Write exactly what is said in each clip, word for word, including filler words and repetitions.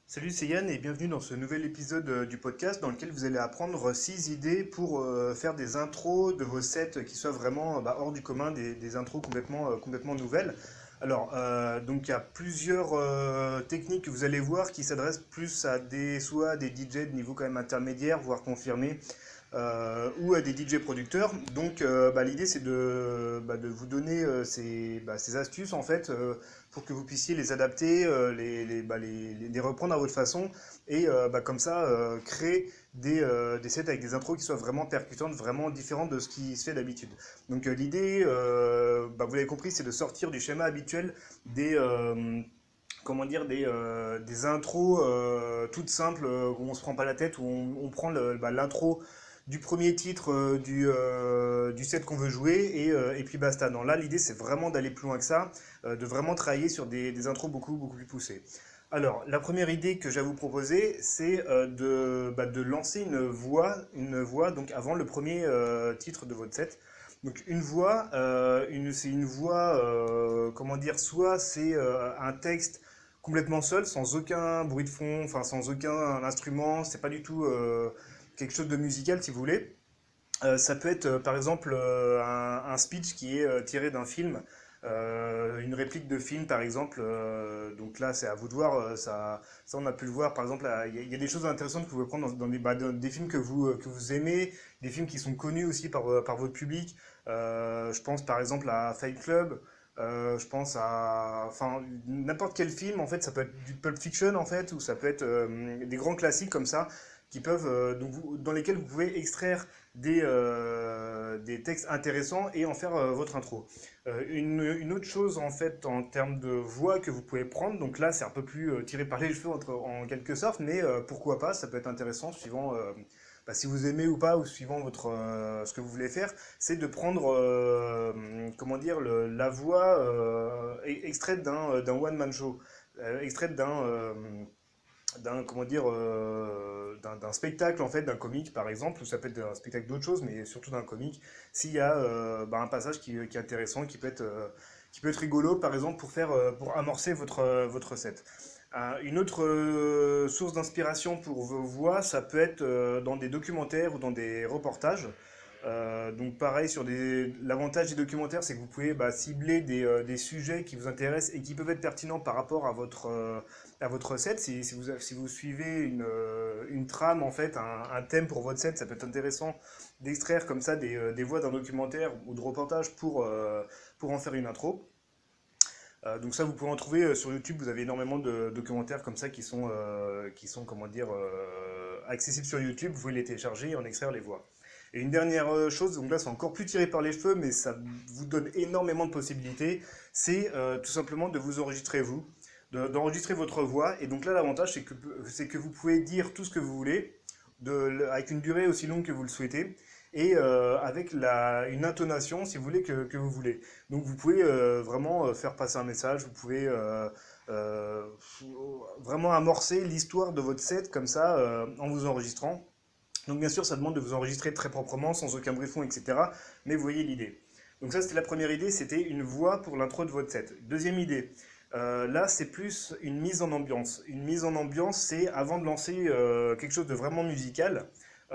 Salut, c'est Yann et bienvenue dans ce nouvel épisode euh, du podcast dans lequel vous allez apprendre six idées pour euh, faire des intros de vos sets qui soient vraiment euh, bah, hors du commun, des, des intros complètement, euh, complètement nouvelles. Alors, euh, donc il y a plusieurs euh, techniques que vous allez voir qui s'adressent plus à des, soit à des D J de niveau quand même intermédiaire, voire confirmé, euh, ou à des D J producteurs. Donc euh, bah, l'idée c'est de, bah, de vous donner euh, ces, bah, ces astuces en fait euh, pour que vous puissiez les adapter, euh, les, les, bah, les, les- les reprendre à votre façon et euh, bah, comme ça euh, créer des, euh, des sets avec des intros qui soient vraiment percutantes, vraiment différentes de ce qui se fait d'habitude. Donc euh, l'idée, euh, bah, vous l'avez compris, c'est de sortir du schéma habituel des... euh, comment dire, des, euh, des intros euh, toutes simples euh, où on se prend pas la tête, où on, on prend le- bah, l'intro du premier titre euh, du, euh, du set qu'on veut jouer et, euh, et puis basta. Non, là, l'idée, c'est vraiment d'aller plus loin que ça, euh, de vraiment travailler sur des, des intros beaucoup, beaucoup plus poussées. Alors, la première idée que j'ai à vous proposer, c'est euh, de, bah, de lancer une voix, une voix donc avant le premier euh, titre de votre set. Donc une voix, euh, une, c'est une voix, euh, comment dire, soit c'est euh, un texte complètement seul, sans aucun bruit de fond, enfin sans aucun instrument, c'est pas du tout euh, quelque chose de musical si vous voulez. Euh, ça peut être euh, par exemple euh, un, un speech qui est euh, tiré d'un film, euh, une réplique de film par exemple. Euh, donc là, c'est à vous de voir. euh, ça, ça, on a pu le voir par exemple. là, Il y, a il y a des choses intéressantes que vous pouvez prendre dans, dans des, bah, dans des films que vous, euh, que vous aimez, des films qui sont connus aussi par, euh, par votre public. Euh, je pense par exemple à Fight Club. Euh, je pense à, enfin, n'importe quel film en fait. Ça peut être du Pulp Fiction en fait, ou ça peut être euh, des grands classiques comme ça qui peuvent, euh, donc vous- dans lesquels vous pouvez extraire des, euh, des textes intéressants et en faire euh, votre intro. Euh, une, une autre chose en fait en termes de voix que vous pouvez prendre, donc là c'est un peu plus euh, tiré par les cheveux entre- en quelque sorte, mais euh, pourquoi pas, ça peut être intéressant suivant euh, bah, si vous aimez ou pas ou suivant votre, euh, ce que vous voulez faire, c'est de prendre euh, comment dire le- la voix euh, e- extraite d'un euh, d'un one man show, euh, extraite d'un euh, d'un comment dire euh, d'un d'un spectacle en fait d'un comique par exemple, ou ça peut être un spectacle d'autre chose mais surtout d'un comique, s'il y a euh, bah, un passage qui, qui est intéressant, qui peut être euh, qui peut être rigolo par exemple pour faire euh, pour amorcer votre euh, votre set. Euh, une autre euh, source d'inspiration pour vos voix, ça peut être euh, dans des documentaires ou dans des reportages. Euh, donc pareil, sur des... l'avantage des documentaires, c'est que vous pouvez bah, cibler des, euh, des sujets qui vous intéressent et qui peuvent être pertinents par rapport à votre, euh, à votre recette. Si, si vous, si vous suivez une, euh, une trame, en fait, un, un thème pour votre set, ça peut être intéressant d'extraire comme ça des, euh, des voix d'un documentaire ou de reportage pour, euh, pour en faire une intro. Euh, donc ça, vous pouvez en trouver euh, sur YouTube. Vous avez énormément de documentaires comme ça qui sont, euh, qui sont comment dire, euh, accessibles sur YouTube. Vous pouvez les télécharger et en extraire les voix. Et une dernière euh, chose, donc là c'est encore plus tiré par les cheveux, mais ça vous donne énormément de possibilités, c'est euh, tout simplement de vous enregistrer vous, de- d'enregistrer votre voix. Et donc là l'avantage c'est que, c'est que vous pouvez dire tout ce que vous voulez, de, avec une durée aussi longue que vous le souhaitez, et euh, avec la, une intonation si vous voulez que, que vous voulez. Donc vous pouvez euh, vraiment euh, faire passer un message, vous pouvez euh, euh, vraiment amorcer l'histoire de votre set comme ça euh, en vous enregistrant. Donc bien sûr, ça demande de vous enregistrer très proprement, sans aucun bruit de fond, et cetera. Mais vous voyez l'idée. Donc ça, c'était la première idée, c'était une voix pour l'intro de votre set. Deuxième idée, euh, là, c'est plus une mise en ambiance. Une mise en ambiance, c'est avant de lancer euh, quelque chose de vraiment musical,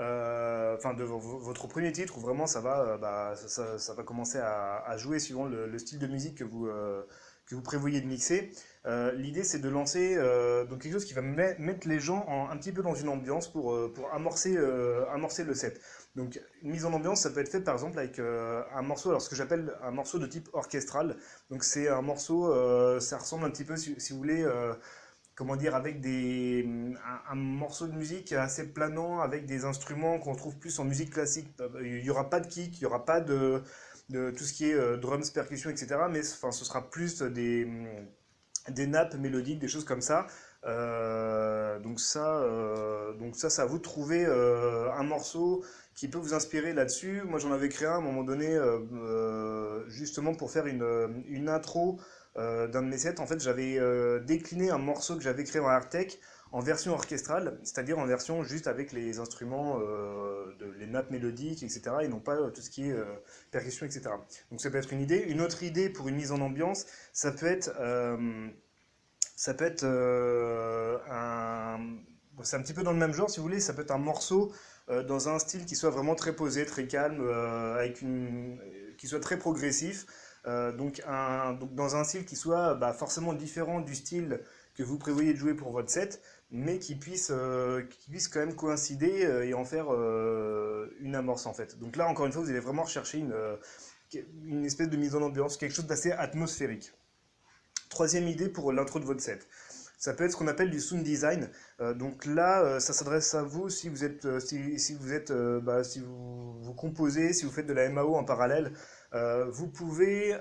euh, enfin de v- votre premier titre, où vraiment ça va, euh, bah, ça, ça- ça va commencer à, à jouer suivant le, le style de musique que vous, euh, que vous prévoyez de mixer. Euh, l'idée, c'est de lancer euh, donc quelque chose qui va met- mettre les gens en- un petit peu dans une ambiance pour, euh, pour amorcer, euh, amorcer le set. Donc, une mise en ambiance, ça peut être fait par exemple avec euh, un morceau, alors ce que j'appelle un morceau de type orchestral. Donc, c'est un morceau, euh, ça ressemble un petit peu, si, si vous voulez, euh, comment dire, avec des, un, un morceau de musique assez planant, avec des instruments qu'on trouve plus en musique classique. Il n'y aura pas de kick, il n'y aura pas de, de tout ce qui est euh, drums, percussions, et cetera. Mais enfin, ce sera plus des des nappes mélodiques, des choses comme ça. Euh, donc ça, euh, donc ça, c'est à vous de trouver euh, un morceau qui peut vous inspirer là-dessus. Moi, j'en avais créé un à un moment donné, euh, euh, justement pour faire une, euh, une intro euh, d'un de mes sets. En fait, j'avais euh, décliné un morceau que j'avais créé en Artec en version orchestrale, c'est-à-dire en version juste avec les instruments, euh, de, les nappes mélodiques, et cetera, et non pas euh, tout ce qui est euh, percussion, et cetera. Donc ça peut être une idée. Une autre idée pour une mise en ambiance, ça peut être, euh, Ça peut être euh, un... bon, c'est un petit peu dans le même genre, si vous voulez. Ça peut être un morceau euh, dans un style qui soit vraiment très posé, très calme, euh, avec une... qui soit très progressif. Euh, donc, un... donc dans un style qui soit bah, forcément différent du style que vous prévoyez de jouer pour votre set, mais qui puisse, euh, qui puisse quand même coïncider euh, et en faire euh, une amorce en fait. Donc là, encore une fois, vous allez vraiment rechercher une, euh, une espèce de mise en ambiance, quelque chose d'assez atmosphérique. Troisième idée pour l'intro de votre set. Ça peut être ce qu'on appelle du sound design. Euh, donc là, euh, ça s'adresse à vous si vous êtes, euh, si, si vous êtes, euh, bah, si vous, vous composez, si vous faites de la M A O en parallèle. Euh, vous pouvez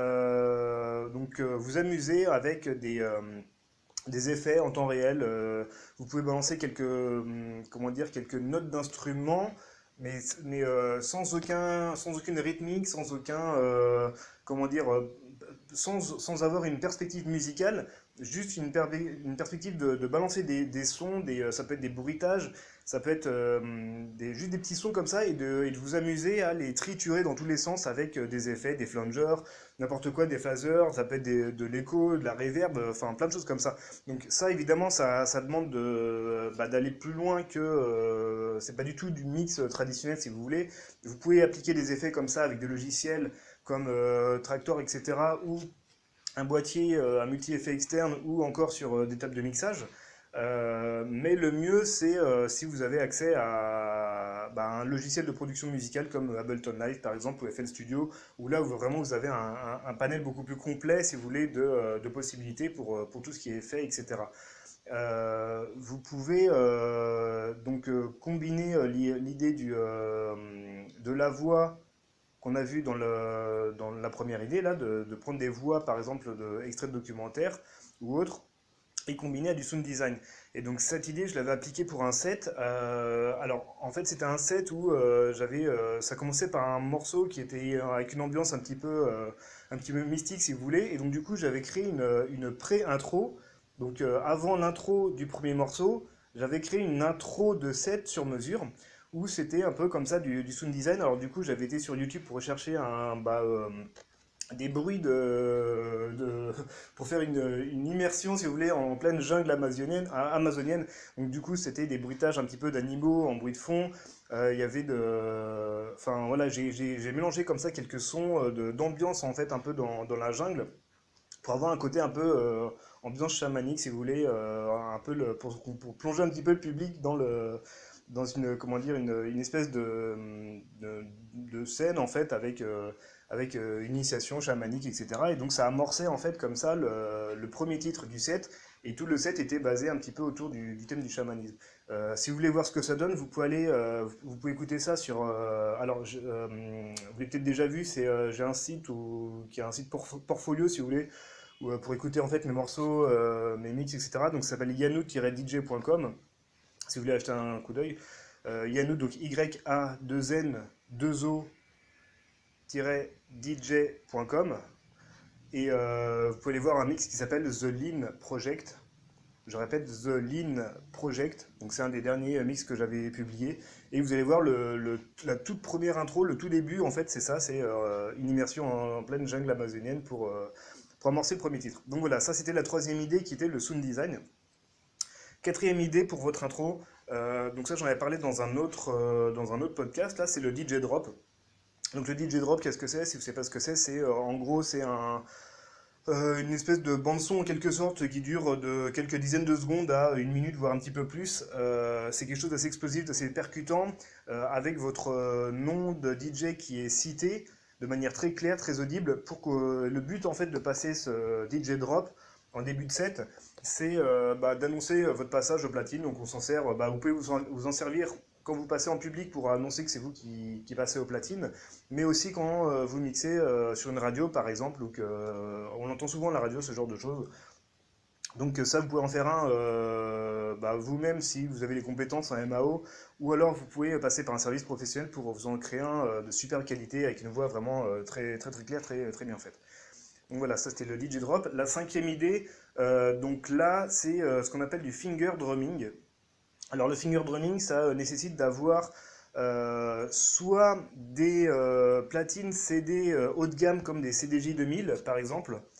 euh, donc euh, vous amuser avec des, euh, des effets en temps réel. Euh, vous pouvez balancer quelques, hum, comment dire, quelques notes d'instruments, mais, mais euh, sans aucun, sans aucune rythmique, sans aucun, euh, comment dire, euh, sans, sans avoir une perspective musicale, juste une, perbe- une perspective de, de balancer des, des sons, des, euh, ça peut être des bruitages, ça peut être euh, des, juste des petits sons comme ça, et de, et de vous amuser à les triturer dans tous les sens avec euh, des effets, des flangers, n'importe quoi, des phasers, ça peut être des- de l'écho, de la reverb, euh, enfin plein de choses comme ça. Donc ça, évidemment, ça, ça demande de, bah, d'aller plus loin que... euh, c'est pas du tout du mix euh, traditionnel, si vous voulez. Vous pouvez appliquer des effets comme ça avec des logiciels comme euh, Tractor, et cetera, ou un boîtier, euh, un multi-effet externe, ou encore sur euh, des tables de mixage. Euh, mais le mieux, c'est euh, si vous avez accès à bah, un logiciel de production musicale comme Ableton Live, par exemple, ou F L Studio, où là, vous, vraiment, vous avez un, un- un panel beaucoup plus complet, si vous voulez, de, euh, de possibilités pour, euh, pour tout ce qui est fait, et cetera. Euh, vous pouvez euh, donc euh, combiner euh, l'i- l'idée du, euh, de la voix qu'on a vu dans, le, dans la première idée, là, de, de prendre des voix, par exemple, de, extraits de documentaires ou autres, et combiner à du sound design. Et donc cette idée, je l'avais appliquée pour un set. Euh, alors, en fait, c'était un set où euh, j'avais, euh, ça commençait par un morceau qui était euh, avec une ambiance un petit peu, euh, un petit peu mystique, si vous voulez. Et donc, du coup, j'avais créé une, une pré-intro. Donc, euh, avant l'intro du premier morceau, j'avais créé une intro de set sur mesure où c'était un peu comme ça du, du sound design. Alors, du coup, j'avais été sur YouTube pour rechercher un, bah, euh, des bruits de, de- pour faire une, une immersion, si vous voulez, en pleine jungle amazonienne. amazonienne. Donc du coup, c'était des bruitages un petit peu d'animaux en bruit de fond. Euh, Il y avait de... Enfin voilà, j'ai j'ai- j'ai mélangé comme ça quelques sons euh, de- d'ambiance en fait un peu dans, dans la jungle pour avoir un côté un peu euh, ambiance chamanique, si vous voulez, euh, un peu le, pour, pour plonger un petit peu le public dans le dans une comment dire une, une espèce de, de, de scène en fait avec euh, avec euh, une initiation chamanique, et cetera. Et donc ça amorçait en fait comme ça le, le premier titre du set, et tout le set était basé un petit peu autour du, du thème du chamanisme. Euh, si vous voulez voir ce que ça donne, vous pouvez aller, euh, vous pouvez écouter ça sur. Euh, alors, je- euh, vous l'avez peut-être déjà vu, c'est euh, j'ai un site où, qui est un site porf- portfolio, si vous voulez, où, euh, pour écouter en fait mes morceaux, euh, mes mix, et cetera. Donc ça s'appelle yannou D J point com. Si vous voulez acheter un coup d'œil, euh, Yannou, donc Y A deux N deux O D J point com. Et euh, vous pouvez aller voir un mix qui s'appelle The Lean Project. Je répète, The Lean Project. Donc c'est un des derniers mix que j'avais publié. Et vous allez voir le, le- la toute première intro, le tout début, en fait, c'est ça, c'est euh, une immersion en, en pleine jungle amazonienne pour, euh, pour amorcer le premier titre. Donc voilà, ça c'était la troisième idée qui était le sound design. Quatrième idée pour votre intro, euh, donc ça j'en avais parlé dans un autre, euh, dans un autre podcast, là c'est le D J drop. Donc le D J drop, qu'est-ce que c'est? Si vous ne savez pas ce que c'est, c'est euh, en gros c'est un, euh, une espèce de bande-son en quelque sorte qui dure de quelques dizaines de secondes à une minute, voire un petit peu plus. Euh, c'est quelque chose d'assez explosif, d'assez percutant, euh, avec votre euh, nom de D J qui est cité de manière très claire, très audible, pour que euh, le but en fait de passer ce D J drop en début de set, c'est euh, bah, d'annoncer votre passage au platine. Donc on s'en sert, bah, vous pouvez vous en, vous en servir quand vous passez en public pour annoncer que c'est vous qui, qui passez au platine, mais aussi quand euh, vous mixez euh, sur une radio par exemple, ou que, euh, on entend souvent à la radio ce genre de choses. Donc euh, ça, vous pouvez en faire un euh, bah, vous-même si vous avez les compétences en M A O, ou alors vous pouvez passer par un service professionnel pour vous en créer un euh, de super qualité avec une voix vraiment euh, très, très très claire, très, très bien faite. Donc voilà, ça c'était le D J drop. La cinquième idée, euh, donc là, c'est euh, ce qu'on appelle du finger drumming. Alors le finger drumming, ça euh, nécessite d'avoir euh, soit des euh, platines C D euh, haut de gamme comme des C D J deux mille par exemple,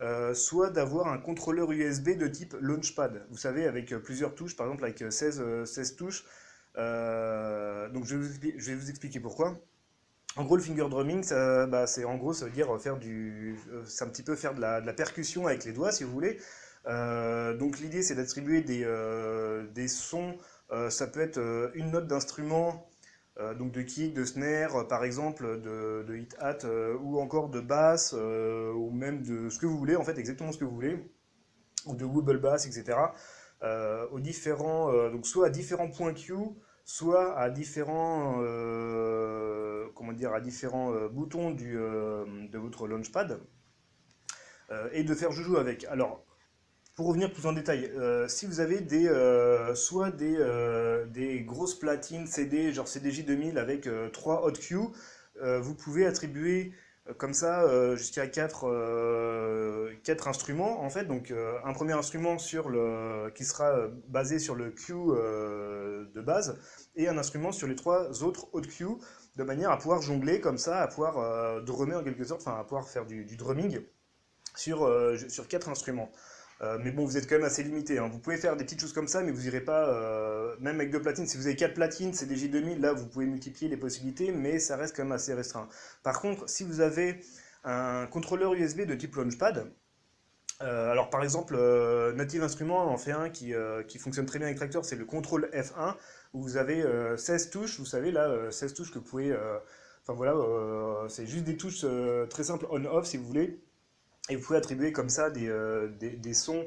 euh, soit d'avoir un contrôleur U S B de type Launchpad. Vous savez, avec euh, plusieurs touches, par exemple avec euh, seize, euh, seize touches. Euh, donc je vais, vous, expli- je vais vous expliquer pourquoi. En gros, le finger drumming, ça, bah, c'est en gros, ça veut dire faire du, euh, c'est un petit peu faire de la, de la percussion avec les doigts, si vous voulez. Euh, donc l'idée, c'est d'attribuer des, euh, des sons. Euh, ça peut être euh, une note d'instrument, euh, donc de kick, de snare, euh, par exemple, de, de hi-hat, euh, ou encore de basse, euh, ou même de ce que vous voulez, en fait, exactement ce que vous voulez, ou de wobble bass, et cetera. Euh, aux différents, euh, donc soit à différents points Q, soit à différents, euh, comment dire, à différents euh, boutons du, euh, de votre launchpad, euh, et de faire joujou avec. Alors, pour revenir plus en détail, euh, si vous avez des, euh, soit des, euh, des grosses platines C D, genre C D J deux mille avec euh, trois hot Q, euh, vous pouvez attribuer euh, comme ça euh, jusqu'à quatre instruments en fait. Donc euh, un premier instrument sur le, qui sera euh, basé sur le Q euh, de base et un instrument sur les trois autres hot Q de manière à pouvoir jongler comme ça, à pouvoir euh, drummer en quelque sorte, enfin à pouvoir faire du, du drumming sur, euh, sur quatre instruments. Euh, mais bon, vous êtes quand même assez limité, hein. Vous pouvez faire des petites choses comme ça, mais vous irez pas, euh, même avec deux platines. Si vous avez quatre platines, c'est des J deux mille, là vous pouvez multiplier les possibilités, mais ça reste quand même assez restreint. Par contre, si vous avez un contrôleur U S B de type Launchpad, euh, alors par exemple, euh, Native Instruments en fait un qui, euh, qui fonctionne très bien avec Traktor, c'est le contrôle F un, où vous avez euh, seize touches, vous savez là, euh, seize touches que vous pouvez... euh, Enfin voilà, euh, c'est juste des touches euh, très simples on-off si vous voulez. Et vous pouvez attribuer comme ça des, euh, des, des sons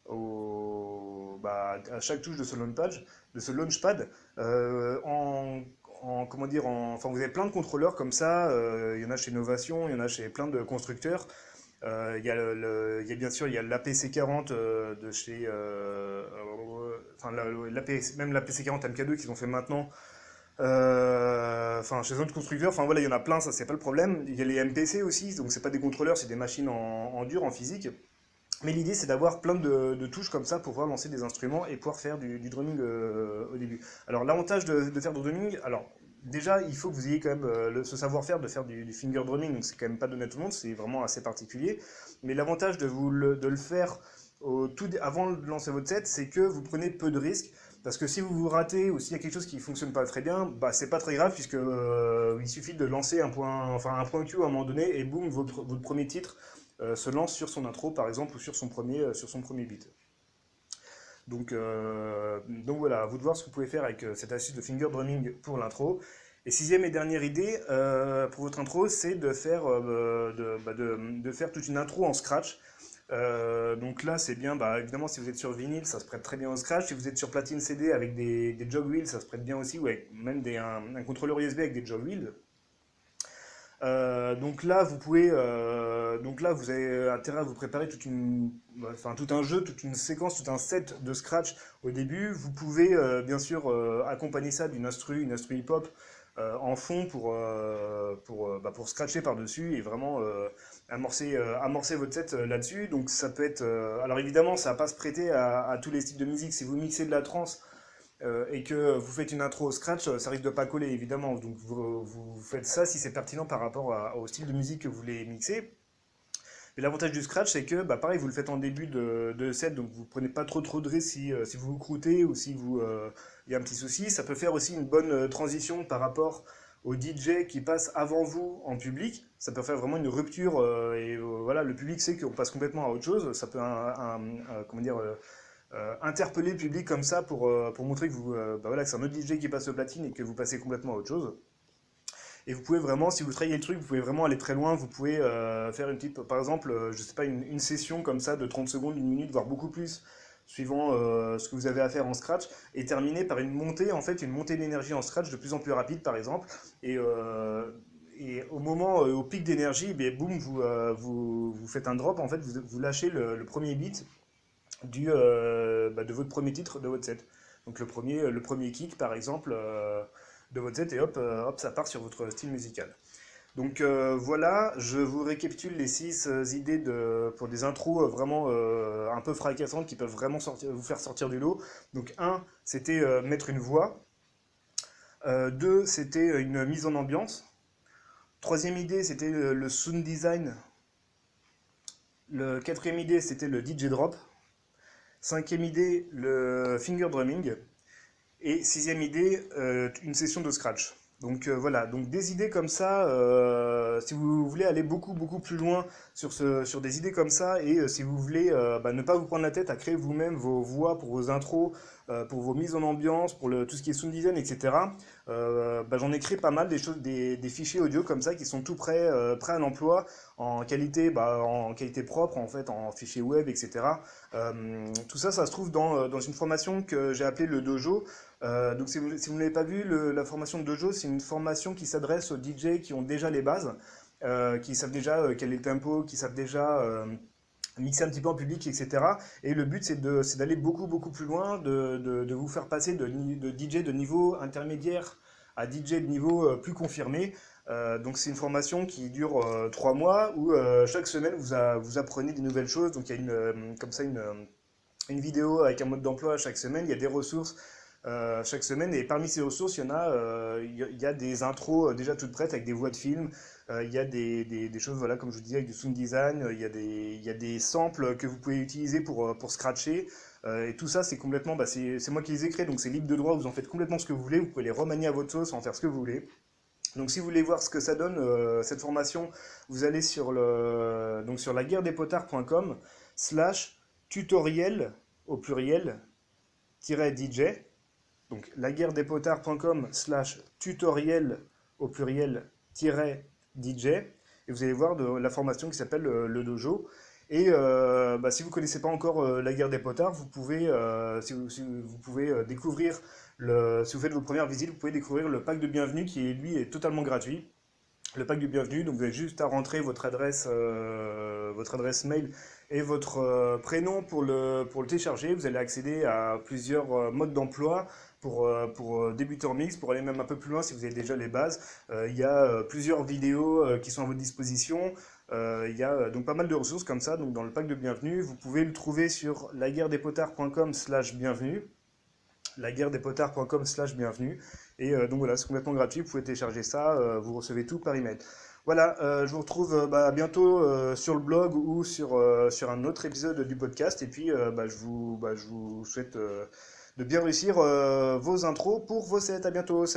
au, bah, à chaque touche de ce launchpad, de ce launchpad euh, en, en, comment dire, en, enfin vous avez plein de contrôleurs comme ça. Euh, il y en a chez Novation, il y en a chez plein de constructeurs. Euh, il y a le, le- il y a bien sûr il y a l'A P C quarante euh, de chez, euh, euh, enfin la- l'A P même l'A P C quarante M K deux qu'ils ont fait maintenant. Euh, Enfin, chez d'autres constructeurs, enfin voilà, il y en a plein, ça c'est pas le problème. Il y a les M P C aussi, donc c'est pas des contrôleurs, c'est des machines en, en dur, en physique. Mais l'idée c'est d'avoir plein de, de touches comme ça pour pouvoir lancer des instruments et pouvoir faire du, du drumming euh, au début. Alors l'avantage de, de faire du drumming, alors déjà il faut que vous ayez quand même euh, le- ce savoir-faire de faire du, du finger drumming, donc c'est quand même pas donné à tout le monde, c'est vraiment assez particulier. Mais l'avantage de, vous le, de le faire au tout, dé- avant de lancer votre set, c'est que vous prenez peu de risques. Parce que si vous vous ratez ou s'il y a quelque chose qui ne fonctionne pas très bien, bah c'est pas très grave puisque euh, il suffit de lancer un point, enfin un point Q à un moment donné et boum, votre, votre premier titre euh, se lance sur son intro par exemple ou sur son premier, euh, sur son premier beat. Donc, euh, donc voilà, à vous de voir ce que vous pouvez faire avec euh, cette astuce de finger drumming pour l'intro. Et sixième et dernière idée euh, pour votre intro, c'est de faire, euh, de, bah, de- de faire toute une intro en scratch. Euh, donc là, c'est bien, bah, évidemment, si vous êtes sur vinyle, ça se prête très bien au scratch. Si vous êtes sur platine C D avec des, des jog wheels, ça se prête bien aussi, ou avec même des, un, un contrôleur U S B avec des jog wheels. Euh, donc là, vous pouvez, euh, donc là, vous avez intérêt à vous préparer toute une, bah, enfin tout un jeu, toute une séquence, tout un set de scratch au début. Vous pouvez euh, bien sûr euh, accompagner ça d'une instru, une instru hip-hop euh, en fond pour euh, pour euh, bah, pour scratcher par-dessus et vraiment euh, amorcer euh, amorcer votre set euh, là-dessus. Donc ça peut être, euh, alors évidemment, ça va pas se prêter à, à tous les styles de musique. Si vous mixez de la trance euh, et que vous faites une intro au scratch, euh, ça risque de pas coller évidemment. Donc vous, vous faites ça si c'est pertinent par rapport à- au style de musique que vous voulez mixer. Mais l'avantage du scratch, c'est que bah, pareil, vous le faites en début de, de set, donc vous prenez pas trop trop de risques si, euh, si vous vous croûtez ou si vous euh, il y a un petit souci. Ça peut faire aussi une bonne euh, transition par rapport au D J qui passe avant vous en public. Ça peut faire vraiment une rupture euh, et euh, voilà, le public sait qu'on passe complètement à autre chose. Ça peut un, un- un- comment dire euh, euh, interpeller le public comme ça pour, euh, pour montrer que, vous, euh, bah voilà, que c'est un autre D J qui passe au platine et que vous passez complètement à autre chose. Et vous pouvez vraiment, si vous travaillez le truc, vous pouvez vraiment aller très loin. Vous pouvez euh, faire une petite, par exemple, euh, je sais pas, une, une session comme ça de trente secondes, une minute, voire beaucoup plus, suivant euh, ce que vous avez à faire en scratch, et terminer par une montée, en fait, une montée d'énergie en scratch de plus en plus rapide, par exemple. Et, euh, et au moment, euh, au pic d'énergie, eh boum, vous, euh, vous, vous faites un drop, en fait, vous, vous lâchez le, le premier beat du, euh, bah, de votre premier titre de votre set. Donc le premier, le premier kick, par exemple, euh, de votre set, et hop, euh, hop, ça part sur votre style musical. Donc euh, voilà, je vous récapitule les six euh, idées de, pour des intros euh, vraiment euh, un peu fracassantes qui peuvent vraiment sortir, vous faire sortir du lot. Donc un, c'était euh, mettre une voix. Euh, deux, c'était une mise en ambiance. Troisième idée, c'était le, le sound design Le quatrième idée, c'était le D J drop. Cinquième idée, le finger drumming. Et sixième idée, euh, une session de scratch. Donc euh, voilà, donc des idées comme ça, euh, si vous voulez aller beaucoup beaucoup plus loin sur, ce, sur des idées comme ça, et euh, si vous voulez euh, bah, ne pas vous prendre la tête à créer vous-même vos voix pour vos intros, euh, pour vos mises en ambiance, pour le, tout ce qui est sound design, et cetera, euh, bah, j'en ai créé pas mal, des choses, des, des fichiers audio comme ça qui sont tout prêts, euh, prêts à l'emploi, en qualité, bah, en qualité propre, en fait, en fichier web, et cetera. Euh, tout ça, ça se trouve dans, euh, dans une formation que j'ai appelée le Dojo. Euh, donc si vous, si vous ne l'avez pas vu, le- la formation de Dojo, c'est une formation qui s'adresse aux D J qui ont déjà les bases, euh, qui savent déjà euh, quel est le tempo, qui savent déjà euh, mixer un petit peu en public, et cetera. Et le but, c'est de, c'est d'aller beaucoup, beaucoup plus loin, de, de- de vous faire passer de, ni- de D J de niveau intermédiaire à D J de niveau euh, plus confirmé. Euh, donc c'est une formation qui dure euh, trois mois où euh, chaque semaine vous, a- vous apprenez des nouvelles choses. Donc il y a une, euh, comme ça une, euh, une vidéo avec un mode d'emploi chaque semaine, il y a des ressources euh, chaque semaine, et parmi ces ressources, il y en a, euh, il y a- il y a des intros euh, déjà toutes prêtes avec des voix de film, euh, il y a des, des- des choses, voilà, comme je vous disais, avec du sound design, euh, il y a des, il y a des samples que vous pouvez utiliser pour, euh, pour scratcher, euh, et tout ça, c'est complètement, bah, c'est c'est moi qui les ai créés, donc c'est libre de droit, vous en faites complètement ce que vous voulez, vous pouvez les remanier à votre sauce, en faire ce que vous voulez. Donc si vous voulez voir ce que ça donne, euh, cette formation, vous allez sur le, donc sur laguerredespotards point com slash tutoriel au pluriel tiret D J. Donc laguerredespotards point com slash tutoriel au pluriel tiret D J. Et vous allez voir de la formation qui s'appelle euh, le dojo. Et euh, bah, si vous ne connaissez pas encore euh, la guerre des potards, vous pouvez, euh, si vous, si vous pouvez euh, découvrir, le, si vous faites vos premières visites, vous pouvez découvrir le pack de bienvenue qui, lui, est totalement gratuit. Le pack de bienvenue, donc vous avez juste à rentrer votre adresse, euh, votre adresse mail et votre euh, prénom pour le, pour le télécharger. Vous allez accéder à plusieurs euh, modes d'emploi pour, euh, pour euh, débuter en mix, pour aller même un peu plus loin si vous avez déjà les bases. Euh, il y a euh, plusieurs vidéos euh, qui sont à votre disposition. Euh, il y a euh, donc pas mal de ressources comme ça donc dans le pack de bienvenue. Vous pouvez le trouver sur laguerredespotards point com slash bienvenue laguerredespotards point com slash bienvenue. Et euh, donc voilà, c'est complètement gratuit, vous pouvez télécharger ça, euh, vous recevez tout par email. Voilà, euh, je vous retrouve euh, bah, bientôt euh, sur le blog ou sur, euh, sur un autre épisode du podcast. Et puis, euh, bah, je, vous, bah, je vous souhaite euh, de bien réussir euh, vos intros pour vos sets. À bientôt.